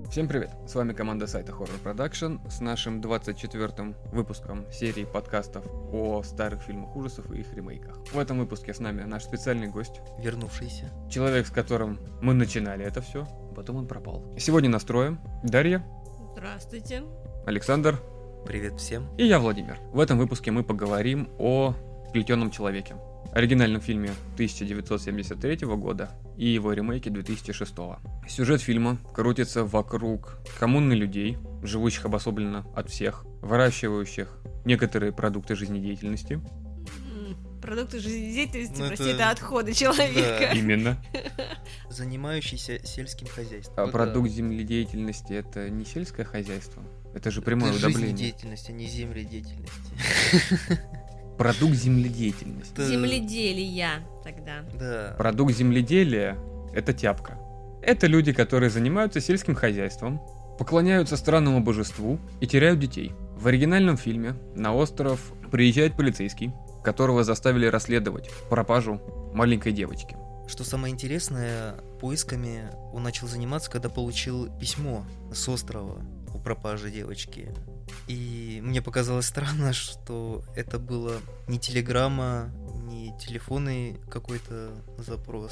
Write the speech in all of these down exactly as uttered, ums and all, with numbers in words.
Всем привет! С вами команда сайта Horror Production с нашим двадцать четвёртым выпуском серии подкастов о старых фильмах ужасов и их ремейках. В этом выпуске с нами наш специальный гость, вернувшийся. Человек, с которым мы начинали это все, потом он пропал. Сегодня настроим Дарья. Здравствуйте. Александр. Привет всем. И я, Владимир. В этом выпуске мы поговорим о «Плетеном человеке», оригинальном фильме тысяча девятьсот семьдесят третьего года и его ремейке две тысячи шестого. Сюжет фильма крутится вокруг коммуны людей, живущих обособленно от всех, выращивающих некоторые продукты жизнедеятельности. Продукты жизнедеятельности, Ну, прости, это- это отходы человека. Да. Именно. Занимающийся сельским хозяйством. А Вот продукт да. земледеятельности — это не сельское хозяйство, это же прямое Это удобрение. жизнедеятельность, а не земледеятельность. Продукт земледеятельности. Да. Земледелия тогда. Да. Продукт земледелия — это тяпка. Это люди, которые занимаются сельским хозяйством, поклоняются странному божеству и теряют детей. В оригинальном фильме на остров приезжает полицейский, которого заставили расследовать пропажу маленькой девочки. Что самое интересное, поисками он начал заниматься, когда получил письмо с острова о пропаже девочки. И мне показалось странно, что это было не телеграмма, не телефонный какой-то запрос,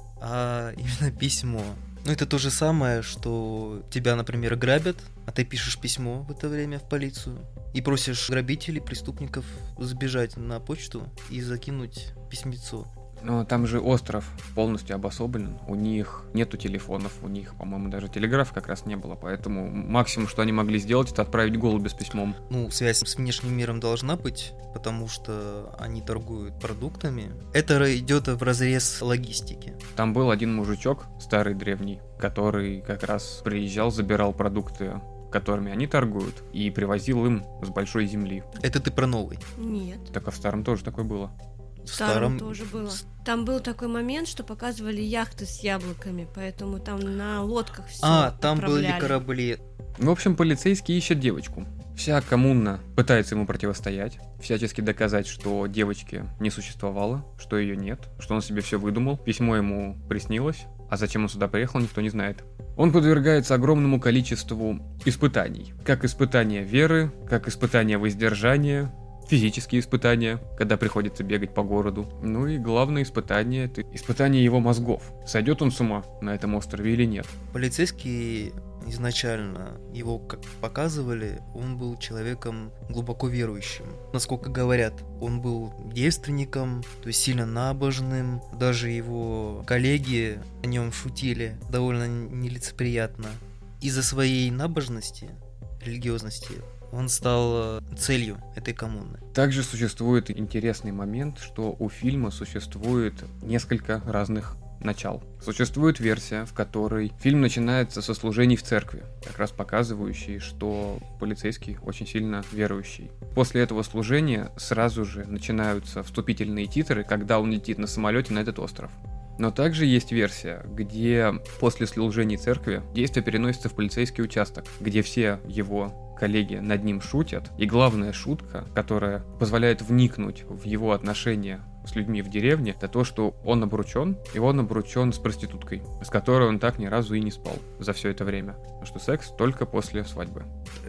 а именно письмо. Ну, это то же самое, что тебя, например, грабят, а ты пишешь письмо в это время в полицию и просишь грабителей, преступников сбежать на почту и закинуть письмецо. Но там же остров полностью обособлен, у них нету телефонов, у них, по-моему, даже телеграфа как раз не было, поэтому максимум, что они могли сделать, это отправить голубя с письмом. Ну, связь с внешним миром должна быть, потому что они торгуют продуктами. Это идет вразрез логистики. Там был один мужичок, старый древний, который как раз приезжал, забирал продукты, которыми они торгуют, и привозил им с большой земли. Это ты про новый. Нет. Так а в старом тоже такое было. В В старом тоже было. Там был такой момент, что показывали яхты с яблоками, поэтому там на лодках все А, там были корабли. В общем, полицейский ищет девочку. Вся коммуна пытается ему противостоять, всячески доказать, что девочки не существовало, что ее нет, что он себе все выдумал, письмо ему приснилось, а зачем он сюда приехал, никто не знает. Он подвергается огромному количеству испытаний. Как испытания веры, как испытания воздержания, физические испытания, когда приходится бегать по городу. Ну и главное испытание — это испытание его мозгов. Сойдет он с ума на этом острове или нет? Полицейский изначально, его как показывали, он был человеком глубоко верующим. Насколько говорят, он был девственником, то есть сильно набожным. Даже его коллеги о нем шутили довольно нелицеприятно. Из-за своей набожности, религиозности, он стал целью этой коммуны. Также существует интересный момент, что у фильма существует несколько разных начал. Существует версия, в которой фильм начинается со служений в церкви, как раз показывающей, что полицейский очень сильно верующий. После этого служения сразу же начинаются вступительные титры, когда он летит на самолете на этот остров. Но также есть версия, где после служений церкви действие переносится в полицейский участок, где все его коллеги над ним шутят, и главная шутка, которая позволяет вникнуть в его отношения с людьми в деревне, это то, что он обручен, и он обручен с проституткой, с которой он так ни разу и не спал за все это время. Потому что секс только после свадьбы.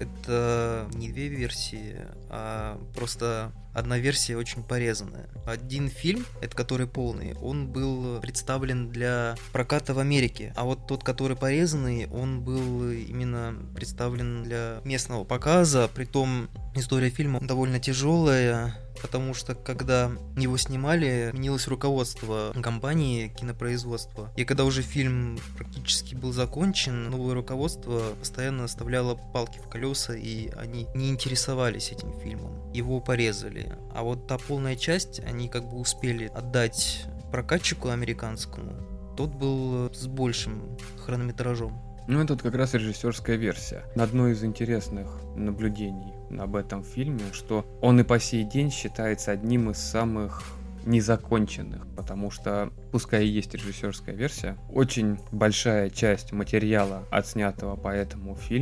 Это не две версии, а просто одна версия очень порезанная. Один фильм, это который полный, он был представлен для проката в Америке, а вот тот, который порезанный, он был именно представлен для местного показа, притом история фильма довольно тяжелая, потому что когда его снимали, менялось руководство компании кинопроизводства. И когда уже фильм практически был закончен, новое руководство постоянно оставляло палки в колеса, и они не интересовались этим фильмом. Его порезали. А вот та полная часть, они как бы успели отдать прокатчику американскому. Тот был с большим хронометражом. Ну, это вот как раз режиссерская версия. Одно из интересных наблюдений об этом фильме, что он и по сей день считается одним из самых незаконченных, потому что, пускай и есть режиссерская версия, очень большая часть материала, отснятого по этому фильму,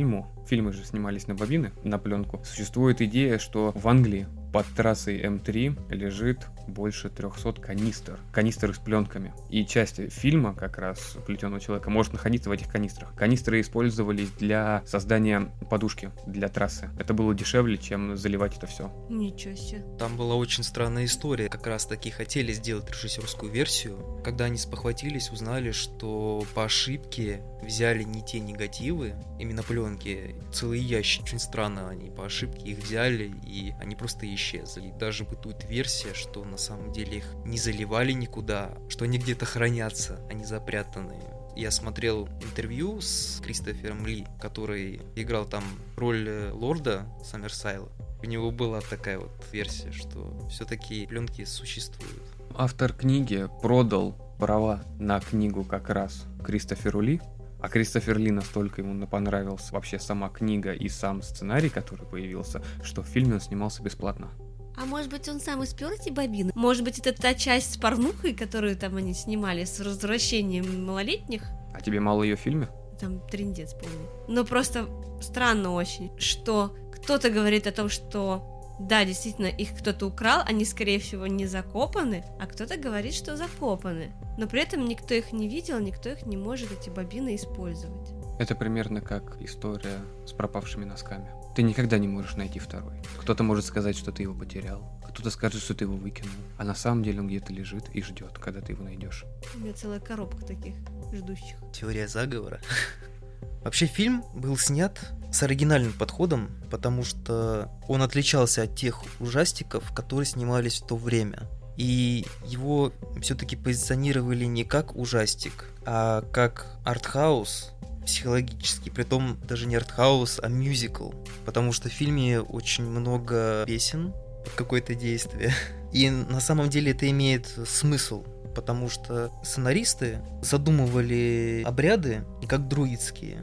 фильмы же снимались на бобины, на пленку, существует идея, что в Англии под трассой эм три лежит больше трехсот канистр. Канистры с пленками. И часть фильма, как раз «Плетеного человека», может находиться в этих канистрах. Канистры использовались для создания подушки для трассы. Это было дешевле, чем заливать это все. Ничего себе. Там была очень странная история. Как раз таки хотели сделать режиссерскую версию. Когда они спохватились, узнали, что по ошибке взяли не те негативы, именно пленки, целый ящик. Очень странно, они по ошибке их взяли, и они просто исчезли. И даже бытует версия, что на самом деле их не заливали никуда, что они где-то хранятся, они запрятаны. Я смотрел интервью с Кристофером Ли, который играл там роль лорда Саммерсайла. У него была такая вот версия, что все-таки пленки существуют. Автор книги продал права на книгу как раз Кристоферу Ли, а Кристофер Ли настолько ему понравился вообще сама книга и сам сценарий, который появился, что в фильме он снимался бесплатно. А может быть, он сам и спер эти бобины? Может быть, это та часть с порнухой, которую там они снимали, с развращением малолетних? А тебе мало ее в фильме? Там трындец полный. Но просто странно очень, что кто-то говорит о том, что да, действительно, их кто-то украл, они, скорее всего, не закопаны, а кто-то говорит, что закопаны. Но при этом никто их не видел, никто их не может, эти бобины, использовать. Это примерно как история с пропавшими носками. Ты никогда не можешь найти второй. Кто-то может сказать, что ты его потерял, кто-то скажет, что ты его выкинул, а на самом деле он где-то лежит и ждет, когда ты его найдешь. У меня целая коробка таких ждущих. Теория заговора. Вообще фильм был снят с оригинальным подходом, потому что он отличался от тех ужастиков, которые снимались в то время. И его все-таки позиционировали не как ужастик, а как артхаус психологический, притом даже не артхаус, а мюзикл, потому что в фильме очень много песен под какое-то действие. И на самом деле это имеет смысл, потому что сценаристы задумывали обряды не как друидские,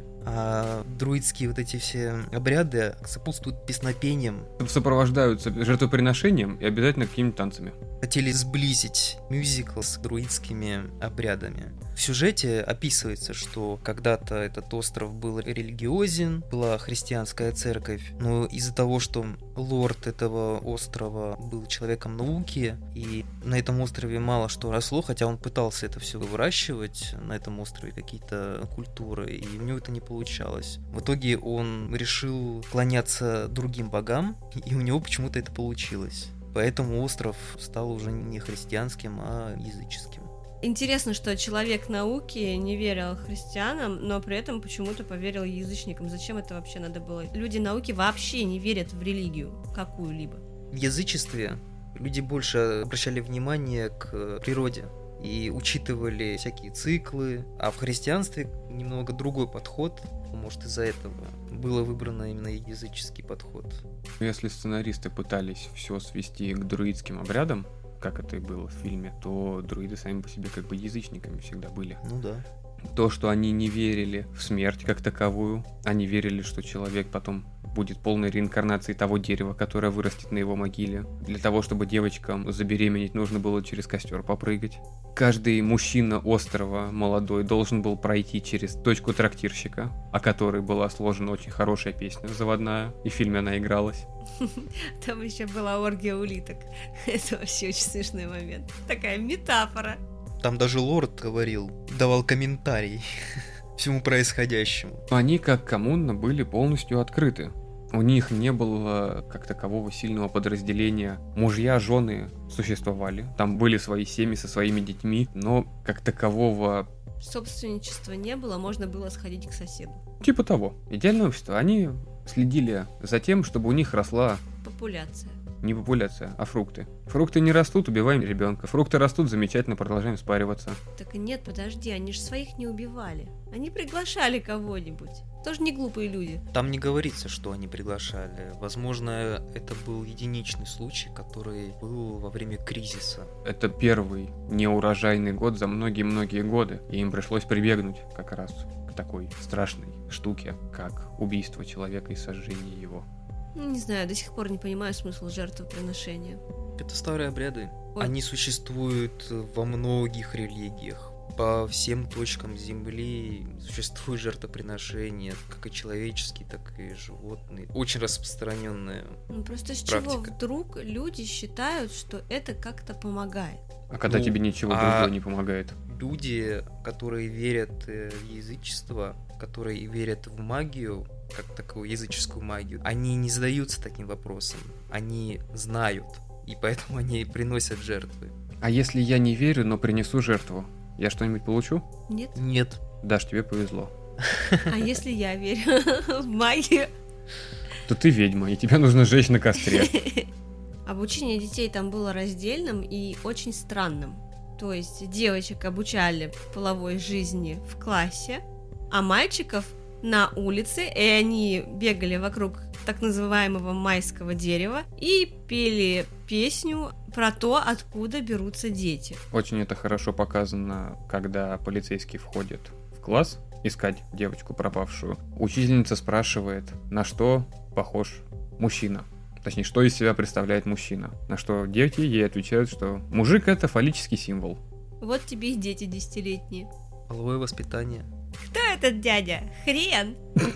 а друидские вот эти все обряды сопутствуют песнопением. Сопровождаются жертвоприношением и обязательно какими-то танцами. Хотели сблизить мюзикл с друидскими обрядами. В сюжете описывается, что когда-то этот остров был религиозен, была христианская церковь, но из-за того, что лорд этого острова был человеком науки, и на этом острове мало что росло, хотя он пытался это все выращивать, на этом острове какие-то культуры, и у него это не получалось. В итоге он решил клоняться другим богам, и у него почему-то это получилось. Поэтому остров стал уже не христианским, а языческим. Интересно, что человек науки не верил христианам, но при этом почему-то поверил язычникам. Зачем это вообще надо было? Люди науки вообще не верят в религию какую-либо. В язычестве люди больше обращали внимание к природе и учитывали всякие циклы, а в христианстве немного другой подход. Может, из-за этого было выбрано именно языческий подход. Если сценаристы пытались все свести к друидским обрядам, как это и было в фильме, то друиды сами по себе как бы язычниками всегда были. Ну да. То, что они не верили в смерть как таковую, они верили, что человек потом будет полной реинкарнацией того дерева, которое вырастет на его могиле. Для того, чтобы девочкам забеременеть, нужно было через костер попрыгать. Каждый мужчина острова молодой должен был пройти через точку трактирщика, о которой была сложена очень хорошая песня заводная, и в фильме она игралась. Там еще была оргия улиток. Это вообще очень смешной момент. Такая метафора. Там даже лорд говорил, давал комментарий всему происходящему. Они, как коммуна, были полностью открыты. У них не было как такового сильного подразделения. Мужья, жены существовали. Там были свои семьи со своими детьми, но как такового... Собственничества не было, можно было сходить к соседу. Типа того. Идеальное общество. Они следили за тем, чтобы у них росла... Популяция. Не популяция, а фрукты. Фрукты не растут, убиваем ребенка. Фрукты растут, замечательно, продолжаем спариваться. Так нет, подожди, они же своих не убивали. Они приглашали кого-нибудь. Тоже не глупые люди. Там не говорится, что они приглашали. Возможно, это был единичный случай, который был во время кризиса. Это первый неурожайный год за многие-многие годы. И им пришлось прибегнуть как раз к такой страшной штуке, как убийство человека и сожжение его. Не знаю, до сих пор не понимаю смысл жертвоприношения. Это старые обряды. Ой. Они существуют во многих религиях. по всем точкам Земли существуют жертвоприношения, как и человеческие, так и животные. Очень распространенная Ну просто с практика. чего вдруг люди считают, что это как-то помогает? А когда Ну, тебе ничего а- другого не помогает? Люди, которые верят э, в язычество, которые верят в магию, как такую языческую магию, они не задаются таким вопросом. Они знают, и поэтому они приносят жертвы. А если я не верю, но принесу жертву, я что-нибудь получу? Нет? Нет. Даш, тебе повезло. А если я верю в магию? То ты ведьма, и тебя нужно сжечь на костре. Обучение детей там было раздельным и очень странным. То есть девочек обучали половой жизни в классе, а мальчиков на улице, и они бегали вокруг так называемого майского дерева и пели песню про то, откуда берутся дети. Очень это хорошо показано, когда полицейский входит в класс искать девочку пропавшую. Учительница спрашивает, на что похож мужчина. Точнее, что из себя представляет мужчина. На что дети ей отвечают, что мужик — это фаллический символ. Вот тебе и дети десятилетние. Половое воспитание. Кто этот дядя? Хрен!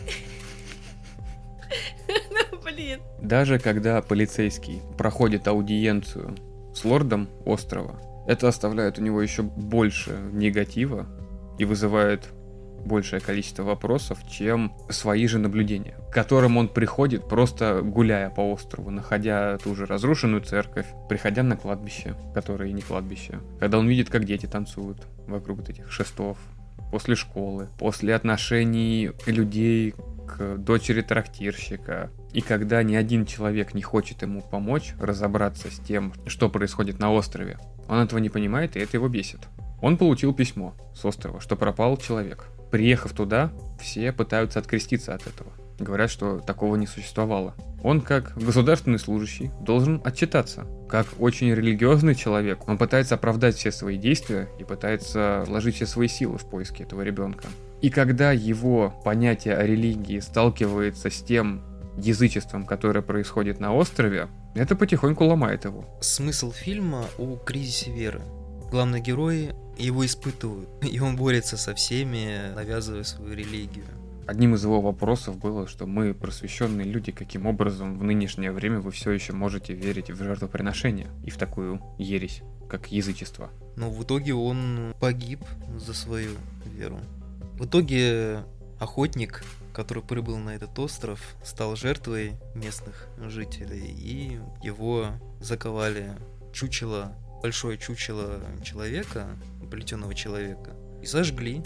Ну, блин. Даже когда полицейский проходит аудиенцию с лордом острова, это оставляет у него еще больше негатива и вызывает большее количество вопросов, чем свои же наблюдения, к которым он приходит, просто гуляя по острову, находя ту же разрушенную церковь, приходя на кладбище, которое и не кладбище, когда он видит, как дети танцуют вокруг вот этих шестов, после школы, после отношений людей к дочери трактирщика, и когда ни один человек не хочет ему помочь разобраться с тем, что происходит на острове, он этого не понимает, и это его бесит. Он получил письмо с острова, что пропал человек. Приехав туда, все пытаются откреститься от этого. Говорят, что такого не существовало. Он, как государственный служащий, должен отчитаться. Как очень религиозный человек, он пытается оправдать все свои действия и пытается вложить все свои силы в поиски этого ребенка. И когда его понятие о религии сталкивается с тем язычеством, которое происходит на острове, это потихоньку ломает его. Смысл фильма о кризисе веры. Главные герои его испытывают, и он борется со всеми, навязывая свою религию. Одним из его вопросов было, что мы, просвещенные люди, каким образом в нынешнее время вы все еще можете верить в жертвоприношение и в такую ересь, как язычество. Но в итоге он погиб за свою веру. В итоге охотник, который прибыл на этот остров, стал жертвой местных жителей, и его заковали чучело, большое чучело человека, плетеного человека, и сожгли.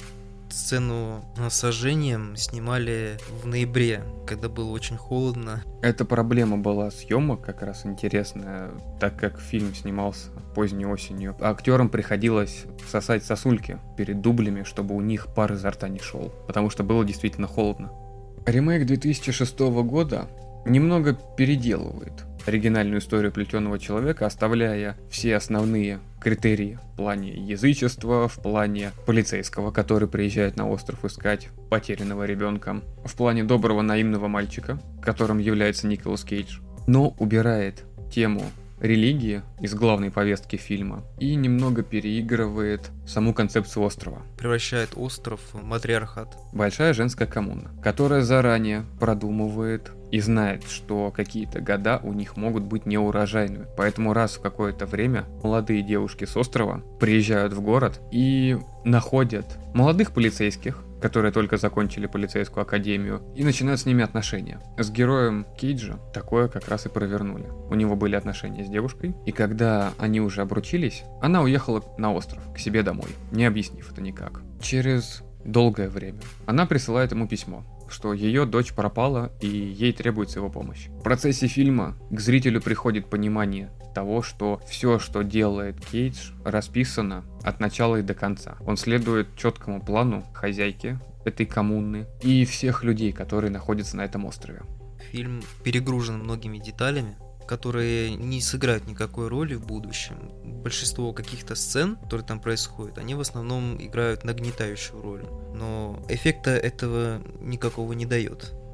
Сцену с сожжением снимали в ноябре, когда было очень холодно. Эта проблема была съемок как раз интересная, так как фильм снимался поздней осенью. Актерам приходилось сосать сосульки перед дублями, чтобы у них пар изо рта не шел, потому что было действительно холодно. Ремейк две тысячи шестого года немного переделывает оригинальную историю плетеного человека, оставляя все основные критерии в плане язычества, в плане полицейского, который приезжает на остров искать потерянного ребенка, в плане доброго наивного мальчика, которым является Николас Кейдж, но убирает тему религии из главной повестки фильма и немного переигрывает саму концепцию острова. Превращает остров в матриархат. Большая женская коммуна, которая заранее продумывает и знает, что какие-то года у них могут быть неурожайными. Поэтому раз в какое-то время молодые девушки с острова приезжают в город и находят молодых полицейских, которые только закончили полицейскую академию, и начинают с ними отношения. С героем Кейджа такое как раз и провернули. У него были отношения с девушкой, и когда они уже обручились, она уехала на остров, к себе домой, не объяснив это никак. Через долгое время она присылает ему письмо, что ее дочь пропала и ей требуется его помощь. В процессе фильма к зрителю приходит понимание того, что все, что делает Кейдж, расписано от начала и до конца. Он следует четкому плану хозяйки этой коммуны и всех людей, которые находятся на этом острове. Фильм перегружен многими деталями, которые не сыграют никакой роли в будущем. Большинство каких-то сцен, которые там происходят, они в основном играют нагнетающую роль. Но эффекта этого никакого не дает.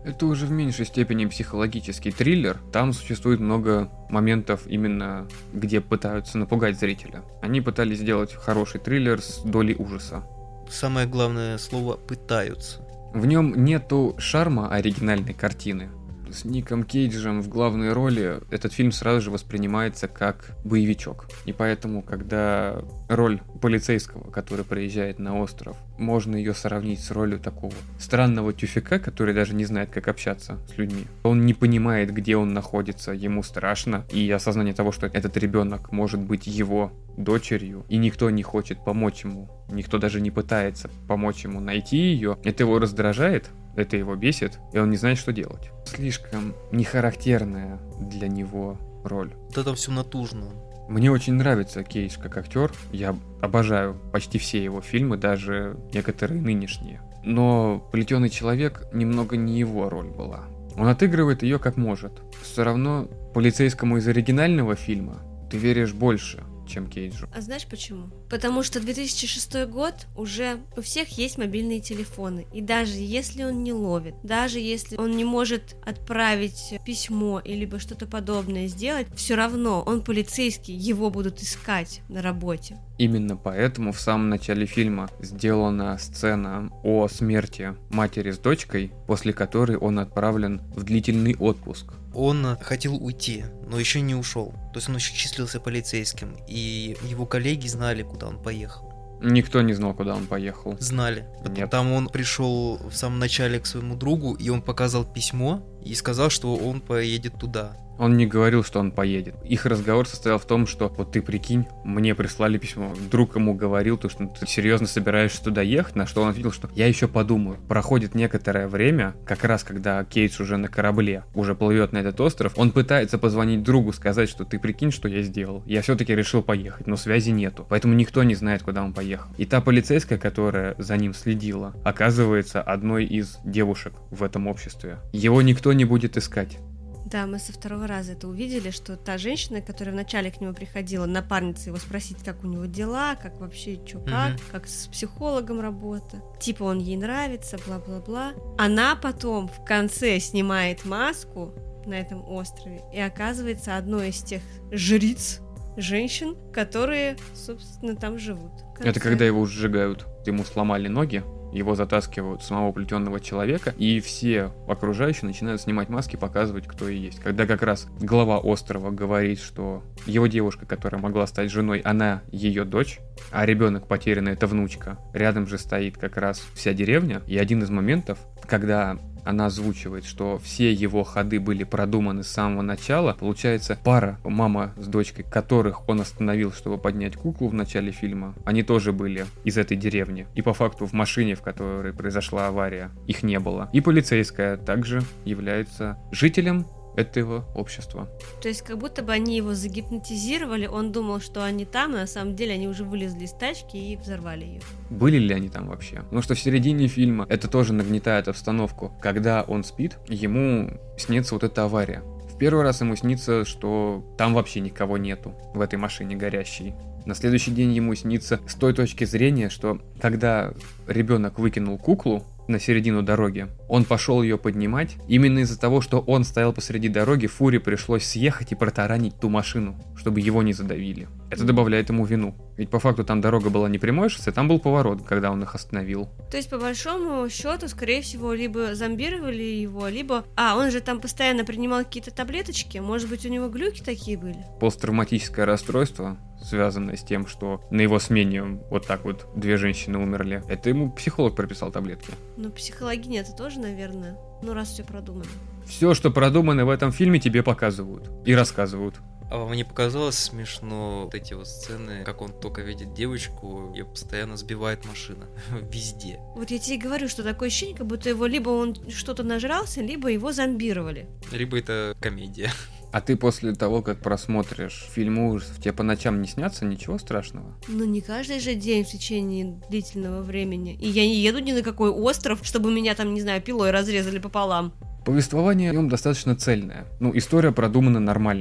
Это уже в меньшей степени психологический триллер. Там существует много моментов именно, где пытаются напугать зрителя. Они пытались сделать хороший триллер с долей ужаса. Самое главное слово «пытаются». В нем нету шарма оригинальной картины. С Ником Кейджем в главной роли этот фильм сразу же воспринимается как боевичок. И поэтому, когда роль полицейского, который приезжает на остров, можно ее сравнить с ролью такого странного тюфяка, который даже не знает, как общаться с людьми. Он не понимает, где он находится, ему страшно, и осознание того, что этот ребенок может быть его дочерью, и никто не хочет помочь ему, никто даже не пытается помочь ему найти ее, это его раздражает, это его бесит, и он не знает, что делать. Слишком нехарактерная для него роль. Вот это все натужно. Мне очень нравится Кейдж как актер. Я обожаю почти все его фильмы, даже некоторые нынешние. Но «Плетеный человек» немного не его роль была. Он отыгрывает ее как может. Все равно полицейскому из оригинального фильма ты веришь больше, чем Кейджу. А знаешь почему? Потому что две тысячи шестой год, уже у всех есть мобильные телефоны. И даже если он не ловит, даже если он не может отправить письмо или что-то подобное сделать, все равно он полицейский, его будут искать на работе. Именно поэтому в самом начале фильма сделана сцена о смерти матери с дочкой, после которой он отправлен в длительный отпуск. Он хотел уйти, но еще не ушел. То есть он еще числился полицейским, и его коллеги знали, куда он поехал. Никто не знал, куда он поехал. Знали. Нет. Там он пришел в самом начале к своему другу, и он показал письмо и сказал, что он поедет туда. Он не говорил, что он поедет. Их разговор состоял в том, что вот ты прикинь, мне прислали письмо. Друг ему говорил, то, что ты серьезно собираешься туда ехать, на что он ответил, что я еще подумаю. Проходит некоторое время, как раз когда Кейдж уже на корабле, уже плывет на этот остров, он пытается позвонить другу, сказать, что ты прикинь, что я сделал. Я все-таки решил поехать, но связи нету. Поэтому никто не знает, куда он поехал. И та полицейская, которая за ним следила, оказывается одной из девушек в этом обществе. Его никто не будет искать. Да, мы со второго раза это увидели, что та женщина, которая вначале к нему приходила, напарница его спросить, как у него дела, как вообще, что, как, mm-hmm. как с психологом работа, типа он ей нравится, бла-бла-бла. Она потом в конце снимает маску на этом острове и оказывается одной из тех жриц, женщин, которые, собственно, там живут. Это когда его сжигают, ему сломали ноги, его затаскивают самого плетенного человека, и все окружающие начинают снимать маски, показывать, кто и есть. Когда как раз глава острова говорит, что его девушка, которая могла стать женой, она ее дочь, а ребенок потерянный — это внучка. Рядом же стоит как раз вся деревня, и один из моментов, когда она озвучивает, что все его ходы были продуманы с самого начала. Получается, пара, мама с дочкой, которых он остановил, чтобы поднять куклу в начале фильма, они тоже были из этой деревни. И по факту в машине, в которой произошла авария, их не было. И полицейская также является жителем этого общества. То есть как будто бы они его загипнотизировали, он думал, что они там, а на самом деле они уже вылезли из тачки и взорвали ее. Были ли они там вообще? Потому что в середине фильма это тоже нагнетает обстановку. Когда он спит, ему снится вот эта авария. В первый раз ему снится, что там вообще никого нету в этой машине горящей. На следующий день ему снится с той точки зрения, что когда ребенок выкинул куклу на середину дороги, он пошел ее поднимать. Именно из-за того, что он стоял посреди дороги, Фуре пришлось съехать и протаранить ту машину, чтобы его не задавили. Это добавляет ему вину. Ведь по факту там дорога была не прямое шоссе, там был поворот, когда он их остановил. То есть, по большому счету, скорее всего, либо зомбировали его, либо... А, он же там постоянно принимал какие-то таблеточки, может быть, у него глюки такие были? Посттравматическое расстройство, связанное с тем, что на его смене вот так вот две женщины умерли, это ему психолог прописал таблетки. Ну, психологиня это тоже, наверное, ну раз все продумано. Все, что продумано в этом фильме, тебе показывают и рассказывают. А мне показалось смешно вот эти вот сцены, как он только видит девочку, ее постоянно сбивает машина. Везде. Вот я тебе и говорю, что такое ощущение, как будто его либо он что-то нажрался, либо его зомбировали. Либо это комедия. А ты после того, как просмотришь фильм ужасов, тебе по ночам не снятся ничего страшного? Ну не каждый же день в течение длительного времени. И я не еду ни на какой остров, чтобы меня там, не знаю, пилой разрезали пополам. Повествование в нем достаточно цельное. Ну, история продумана нормально.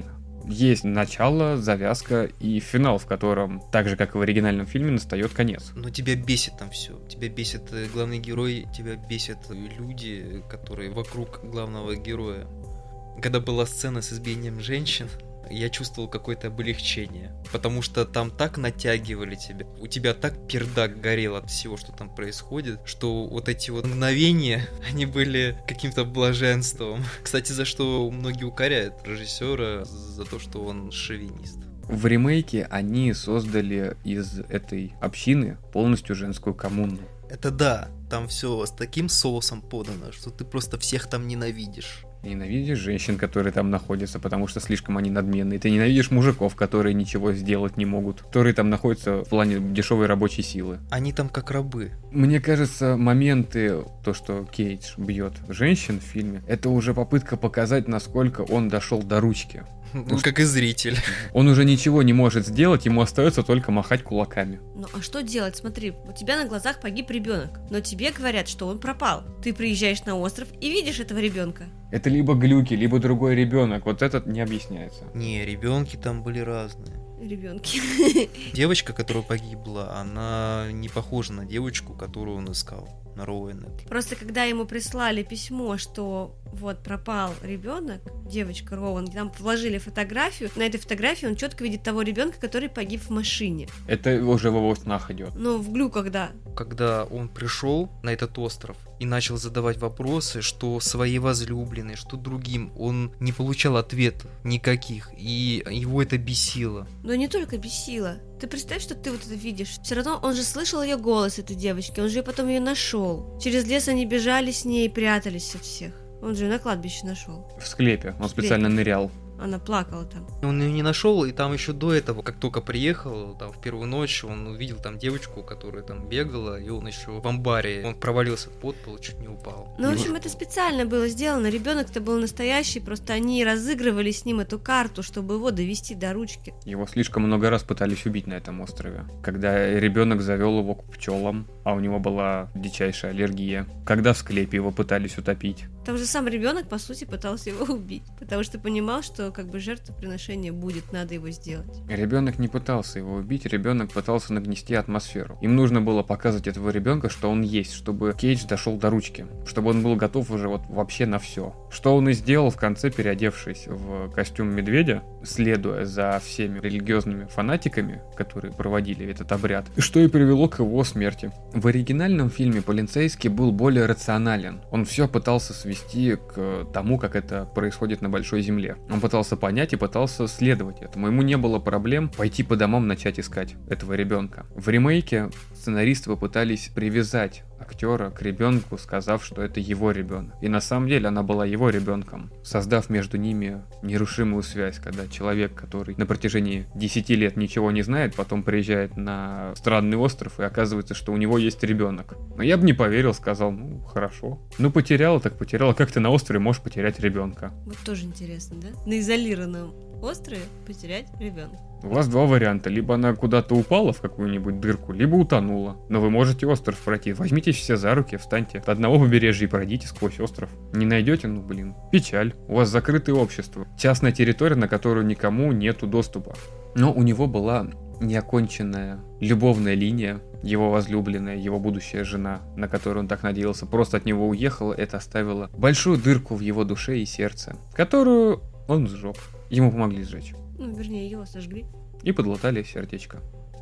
есть начало, завязка и финал, в котором, так же, как и в оригинальном фильме, настает конец. Но тебя бесит там все. Тебя бесит главный герой, тебя бесят люди, которые вокруг главного героя. Когда была сцена с избиением женщин, я чувствовал какое-то облегчение, потому что там так натягивали тебя, у тебя так пердак горел от всего, что там происходит, что вот эти вот мгновения, они были каким-то блаженством. Кстати, за что многие укоряют режиссера, за то, что он шовинист. В ремейке они создали из этой общины полностью женскую коммуну. Это да, там все с таким соусом подано, что ты просто всех там ненавидишь. Ненавидишь женщин, которые там находятся, потому что слишком они надменные. Ты ненавидишь мужиков, которые ничего сделать не могут, которые там находятся в плане дешевой рабочей силы. Они там как рабы. Мне кажется, моменты, то, что Кейдж бьет женщин в фильме, это уже попытка показать, насколько он дошел до ручки. Ну, как и зритель. Он уже ничего не может сделать, ему остается только махать кулаками. Ну а что делать? Смотри, у тебя на глазах погиб ребенок, но тебе говорят, что он пропал. Ты приезжаешь на остров и видишь этого ребенка. Это либо глюки, либо другой ребенок. Вот этот не объясняется. Не, ребенки там были разные. Ребенки. Девочка, которая погибла, она не похожа на девочку, которую он искал, на Роуэна. Просто когда ему прислали письмо, что вот пропал ребенок, девочка Роуэн, там вложили фотографию, на этой фотографии он четко видит того ребенка, который погиб в машине. Это уже в его снах идет. Но в глю когда? Когда он пришел на этот остров и начал задавать вопросы, что своей возлюбленной, что другим, он не получал ответов никаких, и его это бесило. Но не только бесило. Ты представь, что ты вот это видишь. Все равно он же слышал ее голос, этой девочки, он же потом ее нашел. Через лес они бежали с ней и прятались от всех. Он же ее на кладбище нашел. В склепе. Он В склепе. специально нырял. Она плакала там. Он ее не нашел, и там еще до этого, как только приехал, там в первую ночь, он увидел там девочку, которая там бегала, и он еще в амбаре, он провалился в подпол, чуть не упал. Ну, в общем, это специально было сделано. Ребенок-то был настоящий, просто они разыгрывали с ним эту карту, чтобы его довести до ручки. Его слишком много раз пытались убить на этом острове. Когда ребенок завел его к пчелам, а у него была дичайшая аллергия. Когда в склепе его пытались утопить. Там же сам ребенок, по сути, пытался его убить, потому что понимал, что как бы жертвоприношение будет, надо его сделать. Ребенок не пытался его убить, ребенок пытался нагнести атмосферу. Им нужно было показать этого ребенка, что он есть, чтобы Кейдж дошел до ручки, чтобы он был готов уже вот вообще на все. Что он и сделал в конце, переодевшись в костюм медведя, следуя за всеми религиозными фанатиками, которые проводили этот обряд, что и привело к его смерти. В оригинальном фильме полицейский был более рационален. Он все пытался свести к тому, как это происходит на Большой Земле. Он пытался понять и пытался следовать этому. Ему не было проблем пойти по домам начать искать этого ребенка. В ремейке сценаристы попытались привязать актера к ребенку, сказав, что это его ребенок. И на самом деле она была его ребенком, создав между ними нерушимую связь, когда человек, который на протяжении десяти лет ничего не знает, потом приезжает на странный остров и оказывается, что у него есть ребенок. Но я бы не поверил, сказал, ну хорошо. Ну потеряла, так потеряла. Как ты на острове можешь потерять ребенка? Вот тоже интересно, да? На изолированном острове потерять ребенка. У вас два варианта. Либо она куда-то упала в какую-нибудь дырку, либо утонула. Но вы можете остров пройти. Возьмитесь все за руки, встаньте от одного побережья и пройдите сквозь остров. Не найдете? Ну блин. Печаль. У вас закрытое общество. Частная территория, на которую никому нету доступа. Но у него была неоконченная любовная линия. Его возлюбленная, его будущая жена, на которую он так надеялся, просто от него уехала. Это оставило большую дырку в его душе и сердце, которую он сжег. Ему помогли сжечь. Ну, вернее, его сожгли. И подлатали сердечко.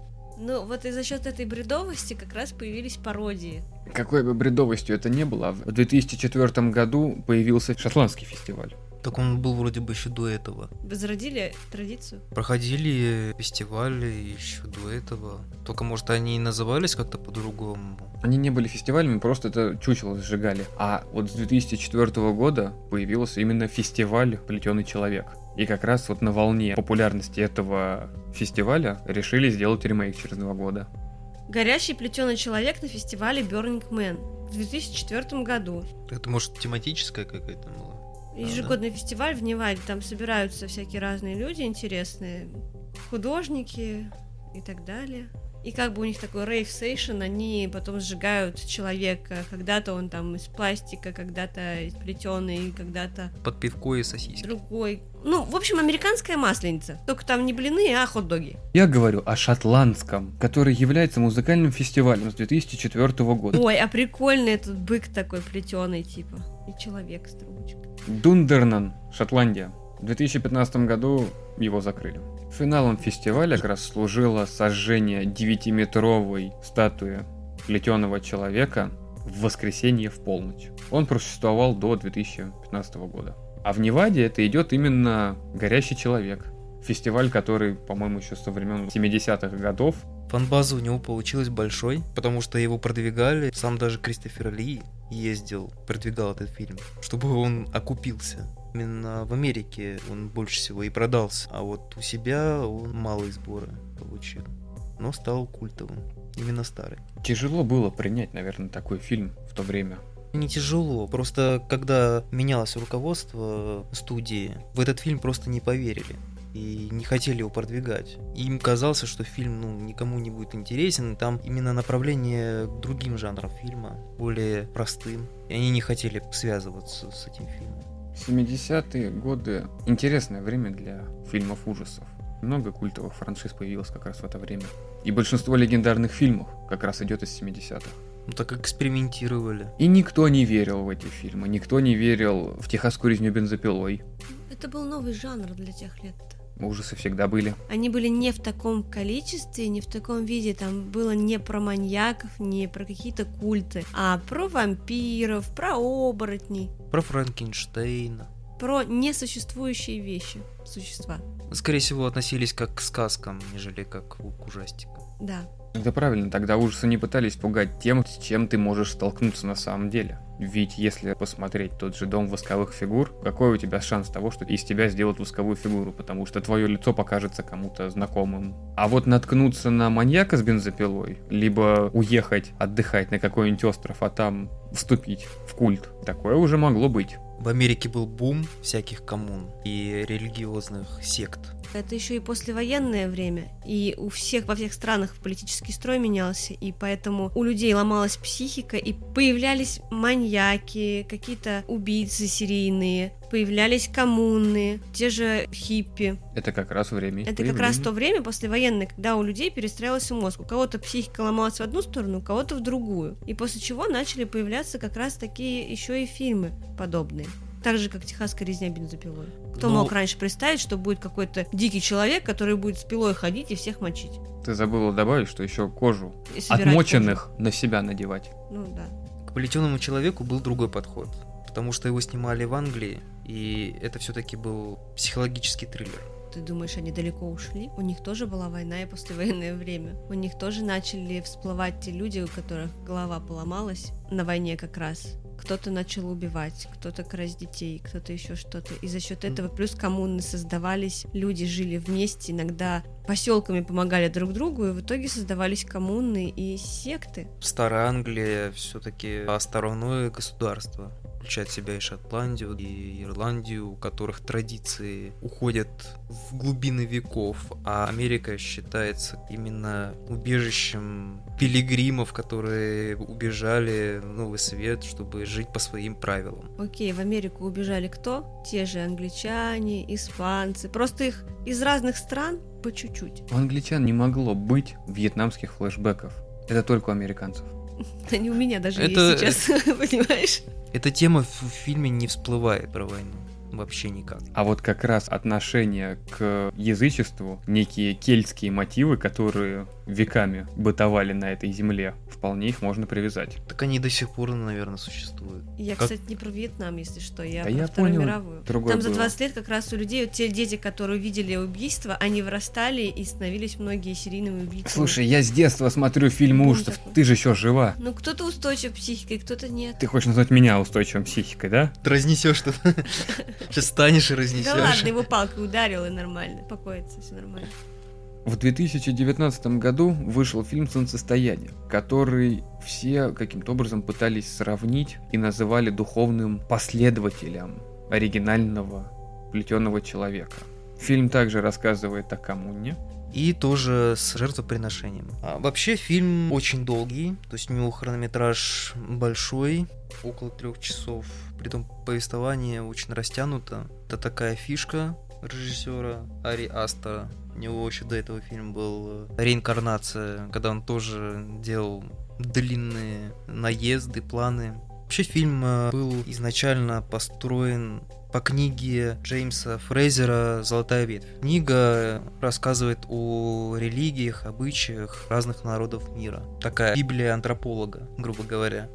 Ну, вот и за счет этой бредовости как раз появились пародии. Какой бы бредовостью это ни было, в две тысячи четвёртом году появился шотландский фестиваль. Так он был вроде бы еще до этого. Возродили традицию. Проходили фестивали еще до этого. Только, может, они и назывались как-то по-другому. Они не были фестивалями, просто это чучело сжигали. А вот с две тысячи четвёртого года появился именно фестиваль «Плетеный человек». И как раз вот на волне популярности этого фестиваля решили сделать ремейк через два года. Горящий плетеный человек на фестивале Burning Man в две тысячи четвёртом году. Это, может, тематическая какая-то была? Ежегодный да, фестиваль в Неваде, там собираются всякие разные люди интересные, художники и так далее. И как бы у них такой рейв-сейшн, они потом сжигают человека. Когда-то он там из пластика, когда-то плетеный, когда-то... Под пивко и сосиски. Другой. Ну, в общем, американская масленица. Только там не блины, а хот-доги. Я говорю о шотландском, который является музыкальным фестивалем с две тысячи четвёртого года. Ой, а прикольный этот бык такой плетеный, типа. И человек с трубочкой. Дундернан, Шотландия. В две тысячи пятнадцатом году его закрыли. Финалом фестиваля как раз служило сожжение девятиметровой статуи плетеного человека в воскресенье в полночь. Он просуществовал до две тысячи пятнадцатого года. А в Неваде это идет именно «Горящий человек». Фестиваль, который, по-моему, еще со времен семидесятых годов. Фан-база у него получилась большой, потому что его продвигали. Сам даже Кристофер Ли ездил, продвигал этот фильм, чтобы он окупился. Именно в Америке он больше всего и продался, а вот у себя он малые сборы получил, но стал культовым, именно старый. Тяжело было принять, наверное, такой фильм в то время. Не тяжело, просто когда менялось руководство студии, в этот фильм просто не поверили и не хотели его продвигать. Им казалось, что фильм ну, никому не будет интересен, там именно направление к другим жанрам фильма, более простым, и они не хотели связываться с этим фильмом. семидесятые годы – интересное время для фильмов ужасов. Много культовых франшиз появилось как раз в это время. И большинство легендарных фильмов как раз идет из семидесятых. Ну так экспериментировали. И никто не верил в эти фильмы, никто не верил в техасскую резню бензопилой. Это был новый жанр для тех лет. Ужасы всегда были. Они были не в таком количестве, не в таком виде. Там было не про маньяков, не про какие-то культы, а про вампиров, про оборотней. Про Франкенштейна. Про несуществующие вещи, существа. Скорее всего, относились как к сказкам, нежели как к ужастикам. Да. Это правильно, тогда ужасы не пытались пугать тем, с чем ты можешь столкнуться на самом деле. Ведь если посмотреть тот же «Дом восковых фигур», какой у тебя шанс того, что из тебя сделают восковую фигуру, потому что твое лицо покажется кому-то знакомым. А вот наткнуться на маньяка с бензопилой, либо уехать отдыхать на какой-нибудь остров, а там вступить в культ, такое уже могло быть. В Америке был бум всяких коммун и религиозных сект. Это еще и послевоенное время, и у всех во всех странах политический строй менялся, и поэтому у людей ломалась психика, и появлялись маньяки, какие-то убийцы серийные, появлялись коммуны, те же хиппи. Это как раз время их Это появления. как раз то время послевоенное, когда у людей перестраивался мозг. У кого-то психика ломалась в одну сторону, у кого-то в другую. И после чего начали появляться как раз такие еще и фильмы подобные. Так же, как «Техасская резня бензопилой». Кто Ну... мог раньше представить, что будет какой-то дикий человек, который будет с пилой ходить и всех мочить? Ты забыла добавить, что еще кожу И собирать отмоченных на себя надевать. кожу. Ну да. К плетеному человеку был другой подход, потому что его снимали в Англии, и это все-таки был психологический триллер. Ты думаешь, они далеко ушли? У них тоже была война и послевоенное время. У них тоже начали всплывать те люди, у которых голова поломалась на войне как раз. Кто-то начал убивать, кто-то красть детей, кто-то еще что-то. И за счет этого плюс коммуны создавались, люди жили вместе, иногда поселками помогали друг другу, и в итоге создавались коммуны и секты. Старая Англия все-таки островное государство. Включает в себя и Шотландию, и Ирландию, у которых традиции уходят в глубины веков, а Америка считается именно убежищем пилигримов, которые убежали в Новый Свет, чтобы жить по своим правилам. Окей, в Америку убежали кто? Те же англичане, испанцы, просто их из разных стран по чуть-чуть. У англичан не могло быть вьетнамских флешбеков. Это только у американцев. Они у меня даже Это- есть сейчас, понимаешь? Эта тема в фильме не всплывает про войну. Вообще никак. А вот как раз отношение к язычеству, некие кельтские мотивы, которые веками бытовали на этой земле, вполне их можно привязать. Так они до сих пор, наверное, существуют. Я, Как- кстати, не про Вьетнам, если что, я Да про я Вторую понял, мировую. другое Там за было. двадцать лет как раз у людей, вот те дети, которые увидели убийство, они вырастали и становились многие серийными убийцами. Слушай, я с детства смотрю фильмы Бум ужасов, такой. ты же еще жива. Ну, кто-то устойчив психикой, кто-то нет. Ты хочешь назвать меня устойчивой психикой, да? Разнесешь что-то. Сейчас станешь и Да разнесешь. ладно, его палкой ударил и нормально, покоится, все нормально. В две тысячи девятнадцатом году вышел фильм «Солнцестояние», который все каким-то образом пытались сравнить и называли духовным последователем оригинального плетеного человека. Фильм также рассказывает о коммуне. И тоже с жертвоприношением. А вообще фильм очень долгий, то есть у него хронометраж большой, около трех часов. Притом повествование очень растянуто. Это такая фишка режиссера Ари Астера. У него еще до этого фильм был «Реинкарнация», когда он тоже делал длинные наезды, планы. Вообще фильм был изначально построен по книге Джеймса Фрейзера «Золотая ветвь». Книга рассказывает о религиях, обычаях разных народов мира. Такая библия антрополога, грубо говоря.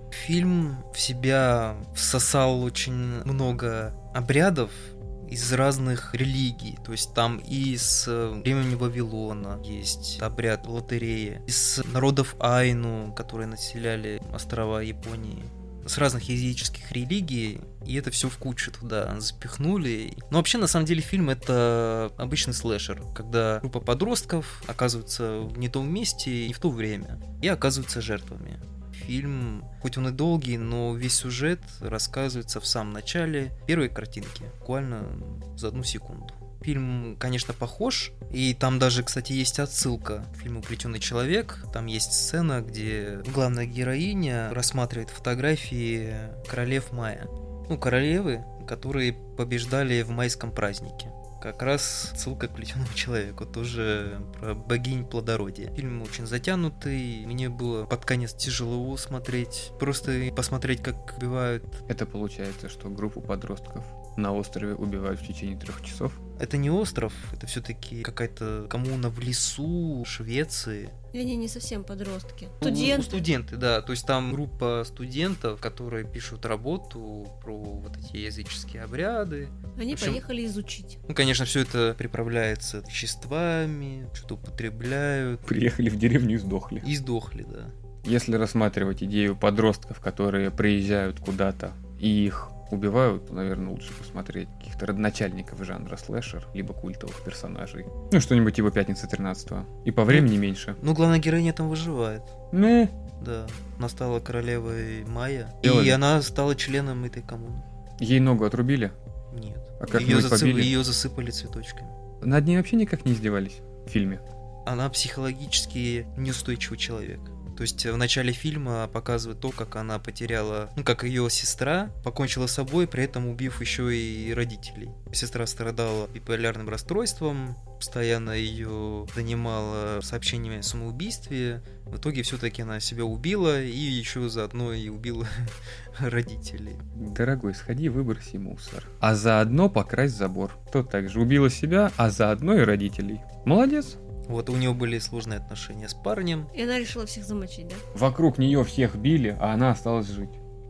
Фильм в себя всосал очень много обрядов из разных религий. То есть там и с времени Вавилона есть обряд лотереи, из народов Айну, которые населяли острова Японии, с разных языческих религий, и это все в кучу туда запихнули. Но вообще, на самом деле, фильм — это обычный слэшер, когда группа подростков оказывается в не том месте и не в то время, и оказываются жертвами. Фильм, хоть он и долгий, но весь сюжет рассказывается в самом начале первой картинки, буквально за одну секунду. Фильм, конечно, похож, и там даже, кстати, есть отсылка к фильму «Плетеный человек». Там есть сцена, где главная героиня рассматривает фотографии королев майя. Ну, королевы, которые побеждали в майском празднике. Как раз ссылка к «Плетеному человеку», тоже про богинь плодородия. Фильм очень затянутый, мне было под конец тяжело его смотреть. Просто посмотреть, как убивают. Это получается, что группу подростков на острове убивают в течение трех часов? Это не остров, это все-таки какая-то коммуна в лесу, Швеции. И они не совсем подростки. Студенты. Студенты, да. То есть там группа студентов, которые пишут работу про вот эти языческие обряды. Они в общем, поехали изучить. Ну, конечно, все это приправляется веществами, что-то употребляют. Приехали в деревню и сдохли. И сдохли, да. Если рассматривать идею подростков, которые приезжают куда-то и их убивают, то, наверное, лучше посмотреть каких-то родоначальников жанра слэшер, либо культовых персонажей. Ну, что-нибудь типа «Пятница тринадцатого». И по времени ну, меньше. Ну, главная героиня там выживает. Мэ. Да. Она стала королевой майя. Делали. И она стала членом этой коммуны. Ей ногу отрубили? Нет. А как ее, засып... ее засыпали цветочками. Над ней вообще никак не издевались в фильме? Она психологически неустойчивый человек. То есть в начале фильма показывают то, как она потеряла, ну, как ее сестра покончила с собой, при этом убив еще и родителей. Сестра страдала биполярным расстройством, постоянно ее донимала сообщениями о самоубийстве. В итоге все-таки она себя убила и еще заодно и убила родителей. Дорогой, сходи, выброси мусор. А заодно покрась забор. Тот также убила себя, а заодно и родителей. Молодец. Вот у нее были сложные отношения с парнем. И она решила всех замочить, да? Вокруг нее всех били, а она осталась жить.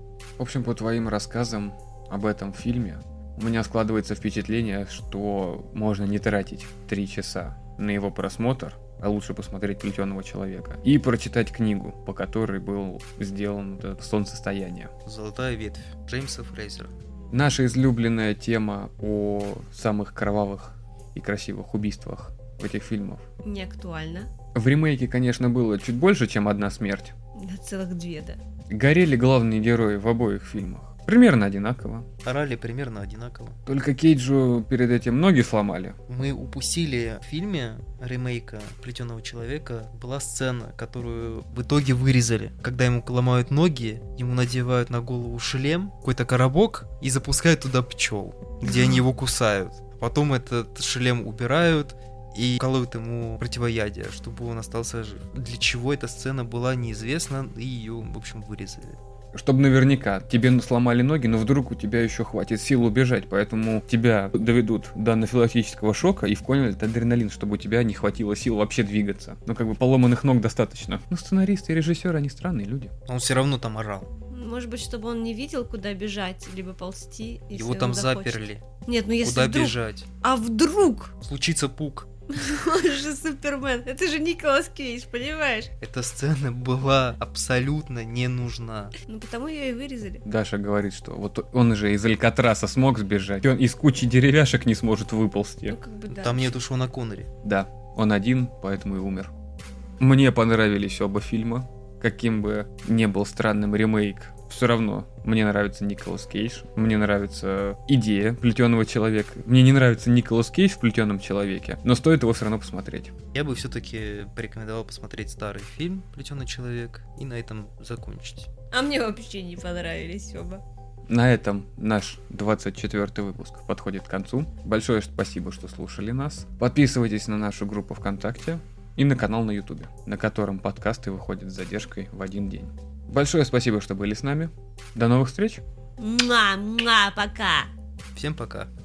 В общем, по твоим рассказам об этом фильме, у меня складывается впечатление, что можно не тратить три часа на его просмотр, а лучше посмотреть «Плетеного человека» и прочитать книгу, по которой был сделан «Солнцестояние». «Золотая ветвь» Джеймса Фрейзера. Наша излюбленная тема о самых кровавых и красивых убийствах в этих фильмах не актуально. В ремейке, конечно, было чуть больше, чем одна смерть. Да, целых две, да. Горели главные герои в обоих фильмах. Примерно одинаково. Орали примерно одинаково. Только Кейджу перед этим ноги сломали. Мы упустили в фильме ремейка «Плетеного человека» была сцена, которую в итоге вырезали. Когда ему ломают ноги, ему надевают на голову шлем, какой-то коробок и запускают туда пчел, где они его кусают. Потом этот шлем убирают и колют ему противоядие, чтобы он остался жив. Для чего эта сцена была, неизвестно, и ее, в общем, вырезали. Чтобы наверняка тебе сломали ноги, но вдруг у тебя еще хватит сил убежать, поэтому тебя доведут до анафилактического шока и вколют адреналин, чтобы у тебя не хватило сил вообще двигаться. Ну, как бы поломанных ног достаточно. Ну, сценаристы и режиссеры, они странные люди. Он все равно там орал. Может быть, чтобы он не видел, куда бежать, либо ползти, если Его там захочет. заперли. Нет, ну если Куда вдруг... бежать? А вдруг? Случится пук. Он же Супермен. Это же Николас Кейдж, понимаешь? Эта сцена была абсолютно не нужна. Ну, потому ее и вырезали. Даша говорит, что вот он же из Алькатраса смог сбежать, и он из кучи деревяшек не сможет выползти. Ну, как бы да. Там нету Шона Коннери. Да, он один, поэтому и умер. Мне понравились оба фильма. Каким бы ни был странным ремейк все равно мне нравится Николас Кейдж, мне нравится идея плетеного человека. Мне не нравится Николас Кейдж в плетеном человеке, но стоит его все равно посмотреть. Я бы все-таки порекомендовал посмотреть старый фильм «Плетеный человек» и на этом закончить. А мне вообще не понравились оба. На этом наш двадцать четвёртый выпуск подходит к концу. Большое спасибо, что слушали нас. Подписывайтесь на нашу группу ВКонтакте и на канал на Ютубе, на котором подкасты выходят с задержкой в один день. Большое спасибо, что были с нами. До новых встреч. Муа, муа, пока. Всем пока.